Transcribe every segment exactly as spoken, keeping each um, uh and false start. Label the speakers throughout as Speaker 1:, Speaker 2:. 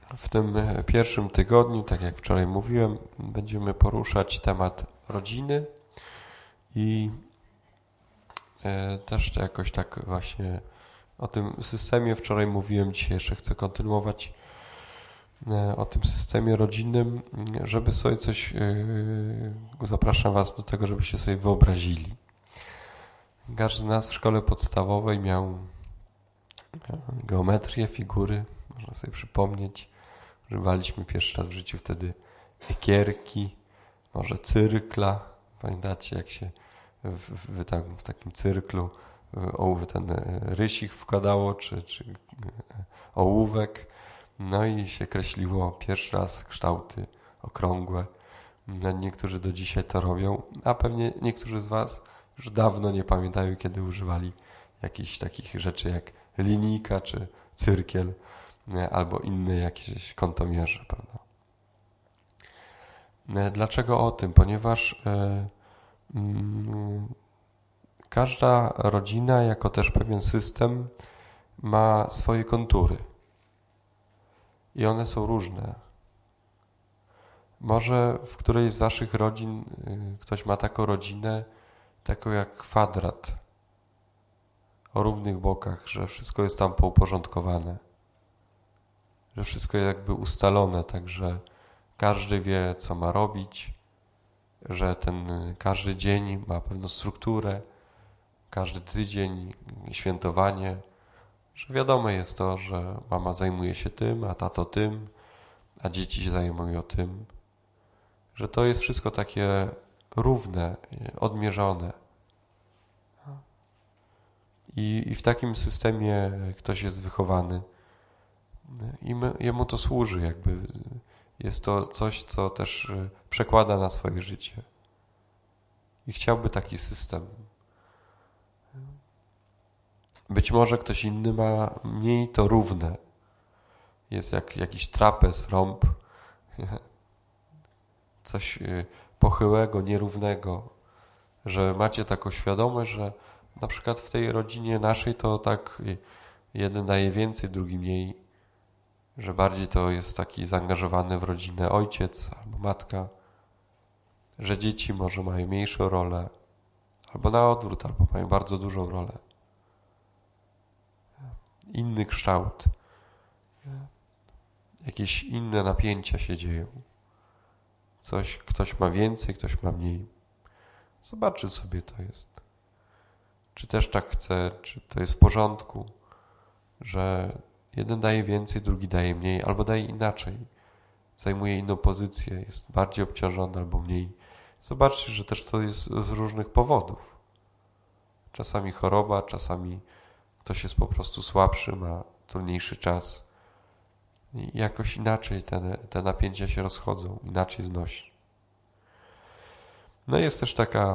Speaker 1: W tym pierwszym tygodniu, tak jak wczoraj mówiłem, będziemy poruszać temat rodziny i też jakoś tak właśnie o tym systemie wczoraj mówiłem, dzisiaj jeszcze chcę kontynuować o tym systemie rodzinnym, żeby sobie coś, zapraszam Was do tego, żebyście sobie wyobrazili. Każdy z nas w szkole podstawowej miał geometrię, figury, można sobie przypomnieć. Używaliśmy pierwszy raz w życiu wtedy ekierki, może cyrkla. Pamiętacie, jak się w, w, tam, w takim cyrklu w ten rysik wkładało, czy, czy ołówek. No i się kreśliło pierwszy raz kształty okrągłe. Niektórzy do dzisiaj to robią, a pewnie niektórzy z Was już dawno nie pamiętają, kiedy używali jakichś takich rzeczy jak linijka czy cyrkiel, albo inne jakieś kątomierze, prawda? Dlaczego o tym? Ponieważ yy, yy, każda rodzina, jako też pewien system, ma swoje kontury. I one są różne. Może w którejś z Waszych rodzin yy, ktoś ma taką rodzinę, taką jak kwadrat, o równych bokach, że wszystko jest tam pouporządkowane. Że wszystko jest jakby ustalone, także każdy wie, co ma robić, że ten każdy dzień ma pewną strukturę, każdy tydzień, świętowanie, że wiadome jest to, że mama zajmuje się tym, a tato tym, a dzieci się zajmują tym, że to jest wszystko takie równe, odmierzone. I, i w takim systemie ktoś jest wychowany i my, jemu to służy, jakby jest to coś, co też przekłada na swoje życie. I chciałby taki system. Być może ktoś inny ma mniej to równe. Jest jak jakiś trapez, rąb, coś pochyłego, nierównego, że macie taką świadomość, że na przykład w tej rodzinie naszej to tak jeden daje więcej, drugi mniej, że bardziej to jest taki zaangażowany w rodzinę ojciec albo matka, że dzieci może mają mniejszą rolę, albo na odwrót, albo mają bardzo dużą rolę. Inny kształt. Jakieś inne napięcia się dzieją. Coś, ktoś ma więcej, ktoś ma mniej. Zobaczy sobie to jest. Czy też tak chce, czy to jest w porządku, że jeden daje więcej, drugi daje mniej, albo daje inaczej. Zajmuje inną pozycję, jest bardziej obciążony albo mniej. Zobaczcie, że też to jest z różnych powodów. Czasami choroba, czasami ktoś jest po prostu słabszy, ma trudniejszy czas. I jakoś inaczej te, te napięcia się rozchodzą, inaczej znosi. No jest też taka,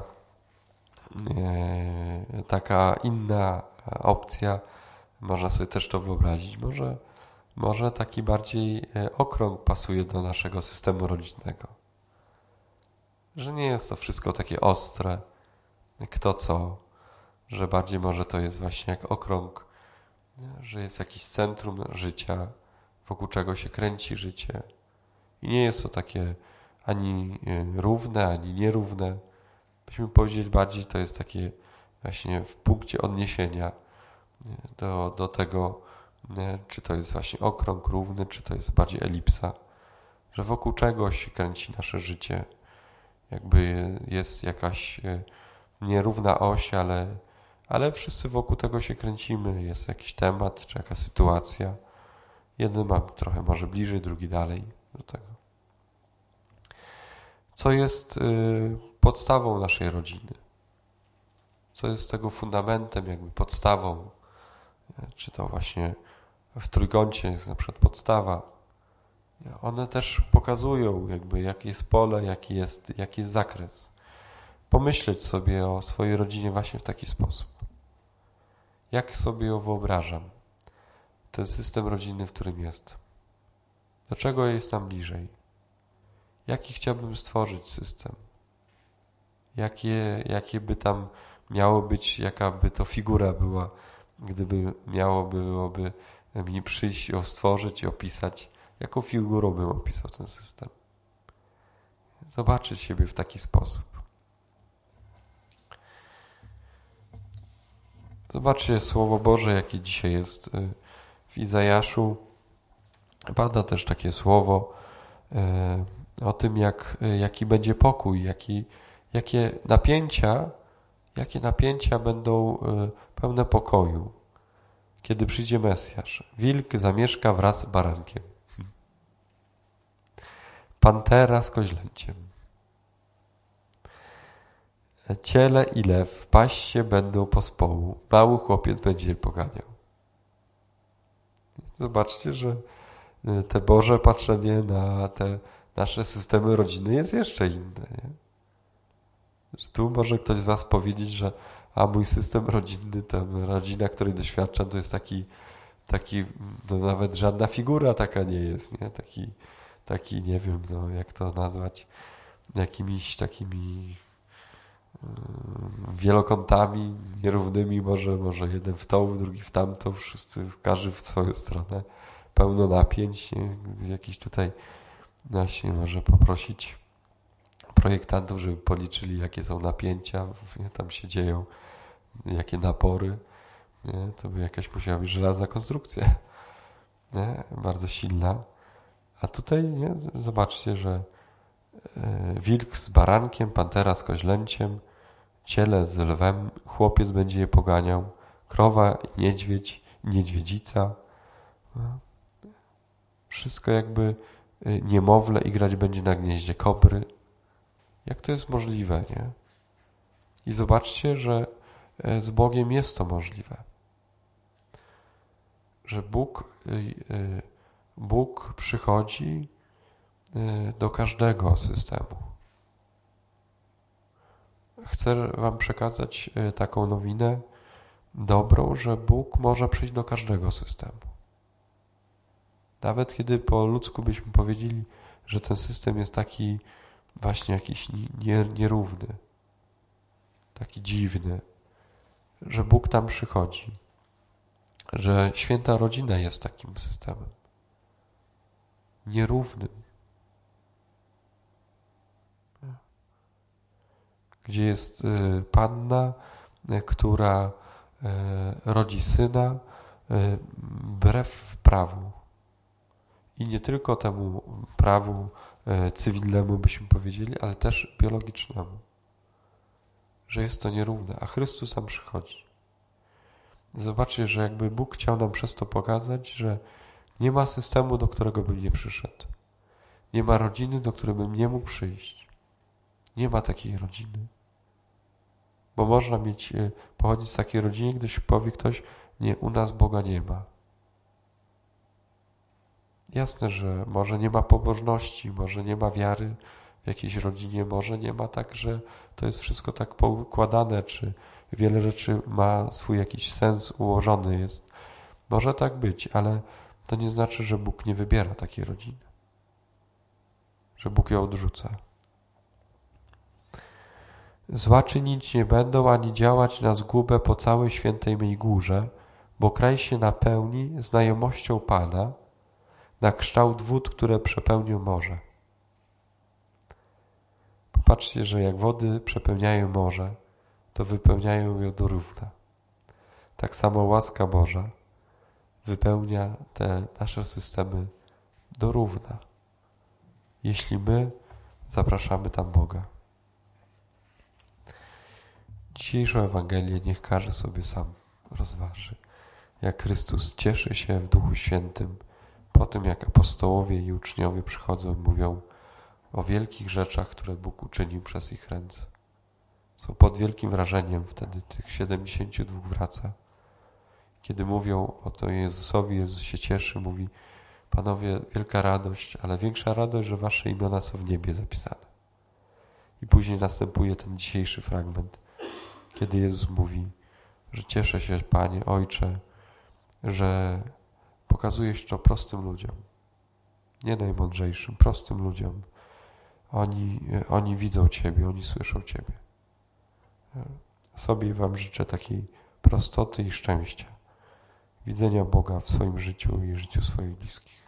Speaker 1: e, taka inna opcja, można sobie też to wyobrazić. Może, może taki bardziej okrąg pasuje do naszego systemu rodzinnego. Że nie jest to wszystko takie ostre, kto co, że bardziej może to jest właśnie jak okrąg, że jest jakiś centrum życia, wokół czego się kręci życie. I nie jest to takie ani równe, ani nierówne. Byśmy powiedzieli bardziej, to jest takie właśnie w punkcie odniesienia do, do tego, czy to jest właśnie okrąg równy, czy to jest bardziej elipsa. Że wokół czegoś kręci nasze życie. Jakby jest jakaś nierówna oś, ale, ale wszyscy wokół tego się kręcimy. Jest jakiś temat, czy jakaś sytuacja. Jeden ma trochę może bliżej, drugi dalej do tego. Co jest y, podstawą naszej rodziny? Co jest tego fundamentem, jakby podstawą? Czy to właśnie w trójkącie jest na przykład podstawa. One też pokazują, jakby jakie jest pole, jaki jest, jaki jest zakres. Pomyśleć sobie o swojej rodzinie właśnie w taki sposób. Jak sobie ją wyobrażam? Ten system rodzinny, w którym jest. Do czego jest nam bliżej? Jaki chciałbym stworzyć system? Jakie, jakie by tam miało być, jaka by to figura była, gdyby miało byłoby mi przyjść ją stworzyć i opisać, Jaką figurą bym opisał ten system? Zobaczyć siebie w taki sposób. Zobaczcie Słowo Boże, jakie dzisiaj jest w Izajaszu. Pada też takie słowo o tym, jak, jaki będzie pokój, jaki, jakie napięcia, jakie napięcia będą pełne pokoju, kiedy przyjdzie Mesjasz. Wilk zamieszka wraz z barankiem. Pantera z koźlęciem. Ciele i lew paść się będą pospołu. Mały chłopiec będzie je poganiał. Zobaczcie, że te Boże patrzenie na te nasze systemy rodziny jest jeszcze inne. Nie? Że tu może ktoś z was powiedzieć, że a mój system rodzinny, ta rodzina, której doświadczam, to jest taki, taki no nawet żadna figura taka nie jest, nie? Taki, taki nie wiem, no jak to nazwać, jakimiś takimi wielokątami nierównymi, może, może jeden w tą, drugi w tamtą, wszyscy, każdy w swoją stronę, pełno napięć, nie? Jakiś tutaj właśnie może poprosić projektantów, żeby policzyli, jakie są napięcia, nie? Tam się dzieją, jakie napory, nie? To by jakaś musiała być żelazna konstrukcja, nie? Bardzo silna. A tutaj nie? Zobaczcie, że wilk z barankiem, pantera z koźlęciem, ciele z lwem, chłopiec będzie je poganiał, krowa i niedźwiedź, i niedźwiedzica. Wszystko jakby niemowlę igrać będzie na gnieździe kobry. Jak to jest możliwe, nie? I zobaczcie, że z Bogiem jest to możliwe. Że Bóg, Bóg przychodzi do każdego systemu. Chcę wam przekazać taką nowinę dobrą, że Bóg może przyjść do każdego systemu. Nawet kiedy po ludzku byśmy powiedzieli, że ten system jest taki właśnie jakiś nierówny, taki dziwny, że Bóg tam przychodzi, że święta rodzina jest takim systemem nierównym, gdzie jest panna, która rodzi syna wbrew prawu. I nie tylko temu prawu cywilnemu byśmy powiedzieli, ale też biologicznemu. Że jest to nierówne, a Chrystus tam przychodzi. Zobaczcie, że jakby Bóg chciał nam przez to pokazać, że nie ma systemu, do którego bym nie przyszedł. Nie ma rodziny, do której bym nie mógł przyjść. Nie ma takiej rodziny. Bo można mieć, pochodzić z takiej rodziny, gdyś powie ktoś, nie, u nas Boga nie ma. Jasne, że może nie ma pobożności, może nie ma wiary w jakiejś rodzinie, może nie ma tak, że to jest wszystko tak poukładane, czy wiele rzeczy ma swój jakiś sens ułożony jest. Może tak być, ale to nie znaczy, że Bóg nie wybiera takiej rodziny. Że Bóg ją odrzuca. Zła czynić nie będą, ani działać na zgubę po całej świętej mej górze, bo kraj się napełni znajomością Pana, na kształt wód, które przepełnią morze. Popatrzcie, że jak wody przepełniają morze, to wypełniają je do równa. Tak samo łaska Boża wypełnia te nasze systemy do równa, jeśli my zapraszamy tam Boga. Dzisiejszą Ewangelię niech każdy sobie sam rozważy, jak Chrystus cieszy się w Duchu Świętym po tym, jak apostołowie i uczniowie przychodzą i mówią o wielkich rzeczach, które Bóg uczynił przez ich ręce. Są pod wielkim wrażeniem wtedy tych siedemdziesięciu dwóch wraca. Kiedy mówią o to Jezusowi, Jezus się cieszy, mówi: Panowie, wielka radość, ale większa radość, że wasze imiona są w niebie zapisane. I później następuje ten dzisiejszy fragment, kiedy Jezus mówi, że cieszę się, Panie, Ojcze, że pokazujesz to prostym ludziom, nie najmądrzejszym, prostym ludziom. Oni, oni widzą Ciebie, oni słyszą Ciebie. Sobie wam życzę takiej prostoty i szczęścia, widzenia Boga w swoim życiu i życiu swoich bliskich.